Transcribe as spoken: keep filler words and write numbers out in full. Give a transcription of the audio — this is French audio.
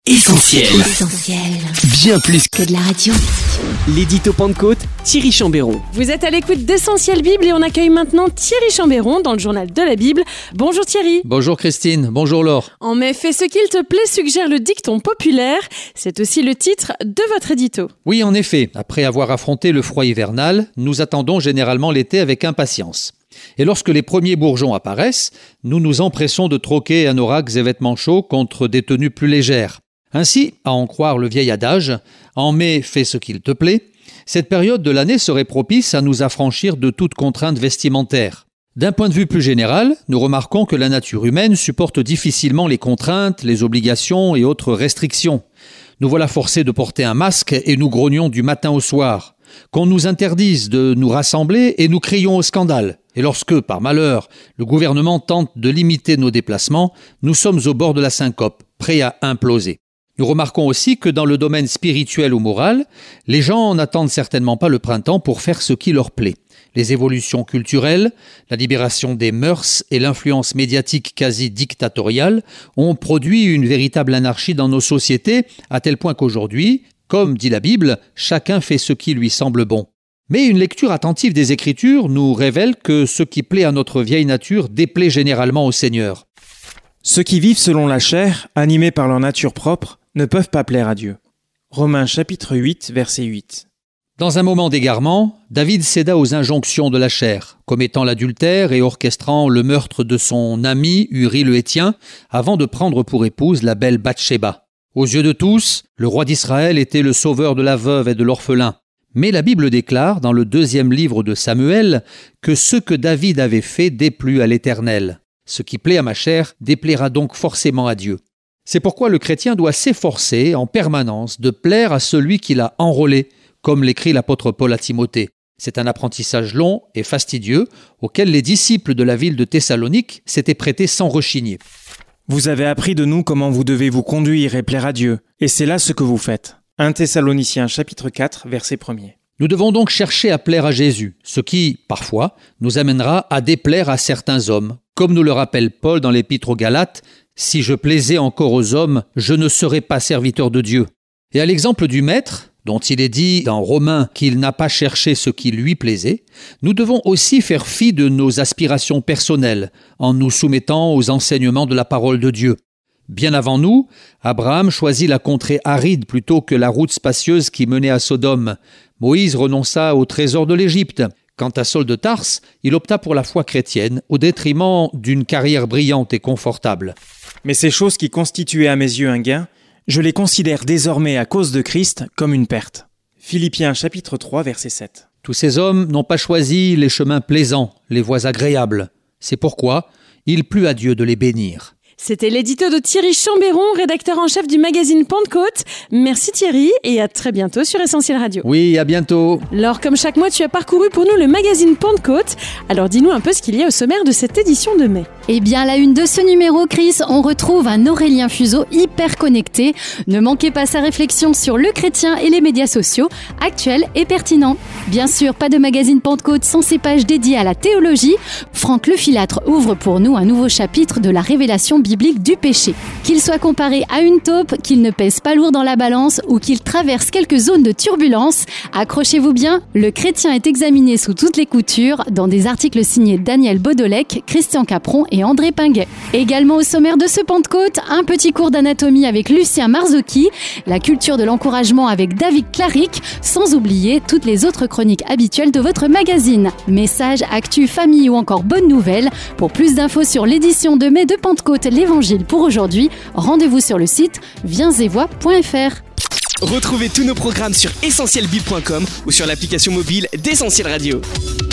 Essentiel. Essentiel. Bien plus que de la radio. L'édito Pentecôte, Thierry Chambéron. Vous êtes à l'écoute d'Essentiel Bible et on accueille maintenant Thierry Chambéron dans le journal de la Bible. Bonjour Thierry. Bonjour Christine, bonjour Laure. En mai, fais ce qu'il te plaît, suggère le dicton populaire. C'est aussi le titre de votre édito. Oui, en effet, après avoir affronté le froid hivernal, nous attendons généralement l'été avec impatience. Et lorsque les premiers bourgeons apparaissent, nous nous empressons de troquer anoraks et vêtements chauds contre des tenues plus légères. Ainsi, à en croire le vieil adage, en mai, fais ce qu'il te plaît, cette période de l'année serait propice à nous affranchir de toute contrainte vestimentaire. D'un point de vue plus général, nous remarquons que la nature humaine supporte difficilement les contraintes, les obligations et autres restrictions. Nous voilà forcés de porter un masque et nous grognons du matin au soir. Qu'on nous interdise de nous rassembler et nous crions au scandale. Et lorsque, par malheur, le gouvernement tente de limiter nos déplacements, nous sommes au bord de la syncope, prêts à imploser. Nous remarquons aussi que dans le domaine spirituel ou moral, les gens n'attendent certainement pas le printemps pour faire ce qui leur plaît. Les évolutions culturelles, la libération des mœurs et l'influence médiatique quasi dictatoriale ont produit une véritable anarchie dans nos sociétés, à tel point qu'aujourd'hui, comme dit la Bible, chacun fait ce qui lui semble bon. Mais une lecture attentive des Écritures nous révèle que ce qui plaît à notre vieille nature déplaît généralement au Seigneur. Ceux qui vivent selon la chair, animés par leur nature propre, ne peuvent pas plaire à Dieu. Romains chapitre huit, verset huit. Dans un moment d'égarement, David céda aux injonctions de la chair, commettant l'adultère et orchestrant le meurtre de son ami Uri le Héthien, avant de prendre pour épouse la belle Bathsheba. Aux yeux de tous, le roi d'Israël était le sauveur de la veuve et de l'orphelin. Mais la Bible déclare, dans le deuxième livre de Samuel, que ce que David avait fait déplut à l'Éternel. Ce qui plaît à ma chair déplaira donc forcément à Dieu. C'est pourquoi le chrétien doit s'efforcer en permanence de plaire à celui qui l'a enrôlé, comme l'écrit l'apôtre Paul à Timothée. C'est un apprentissage long et fastidieux auquel les disciples de la ville de Thessalonique s'étaient prêtés sans rechigner. Vous avez appris de nous comment vous devez vous conduire et plaire à Dieu, et c'est là ce que vous faites. un Thessaloniciens chapitre quatre, verset premier. Nous devons donc chercher à plaire à Jésus, ce qui, parfois, nous amènera à déplaire à certains hommes, comme nous le rappelle Paul dans l'épître aux Galates, « Si je plaisais encore aux hommes, je ne serais pas serviteur de Dieu. » Et à l'exemple du Maître, dont il est dit dans Romains qu'il n'a pas cherché ce qui lui plaisait, nous devons aussi faire fi de nos aspirations personnelles, en nous soumettant aux enseignements de la parole de Dieu. Bien avant nous, Abraham choisit la contrée aride plutôt que la route spacieuse qui menait à Sodome. Moïse renonça au trésor de l'Égypte. Quant à Saul de Tarse, il opta pour la foi chrétienne au détriment d'une carrière brillante et confortable. Mais ces choses qui constituaient à mes yeux un gain, je les considère désormais à cause de Christ comme une perte. Philippiens chapitre trois, verset sept. Tous ces hommes n'ont pas choisi les chemins plaisants, les voies agréables. C'est pourquoi il plut à Dieu de les bénir. C'était l'édito de Thierry Chambéron, rédacteur en chef du magazine Pentecôte. Merci Thierry et à très bientôt sur Essentiel Radio. Oui, à bientôt. Laure, comme chaque mois, tu as parcouru pour nous le magazine Pentecôte. Alors dis-nous un peu ce qu'il y a au sommaire de cette édition de mai. Eh bien, à la une de ce numéro, Chris, on retrouve un Aurélien Fuseau hyper connecté. Ne manquez pas sa réflexion sur le chrétien et les médias sociaux, actuels et pertinents. Bien sûr, pas de magazine Pentecôte sans ses pages dédiées à la théologie. Franck Lefilâtre ouvre pour nous un nouveau chapitre de la révélation biblique du péché. Qu'il soit comparé à une taupe, qu'il ne pèse pas lourd dans la balance ou qu'il traverse quelques zones de turbulence, accrochez-vous bien, le chrétien est examiné sous toutes les coutures dans des articles signés Daniel Baudolec, Christian Capron et André Pinguet. Également au sommaire de ce Pentecôte, un petit cours d'anatomie avec Lucien Marzocchi, la culture de l'encouragement avec David Claric, sans oublier toutes les autres chroniques habituelles de votre magazine. Messages, actus, famille ou encore bonnes nouvelles. Pour plus d'infos sur l'édition de mai de Pentecôte, l'Évangile pour aujourd'hui, rendez-vous sur le site viens et vois point f r. Retrouvez tous nos programmes sur essentiel bible point com ou sur l'application mobile d'Essentiel Radio.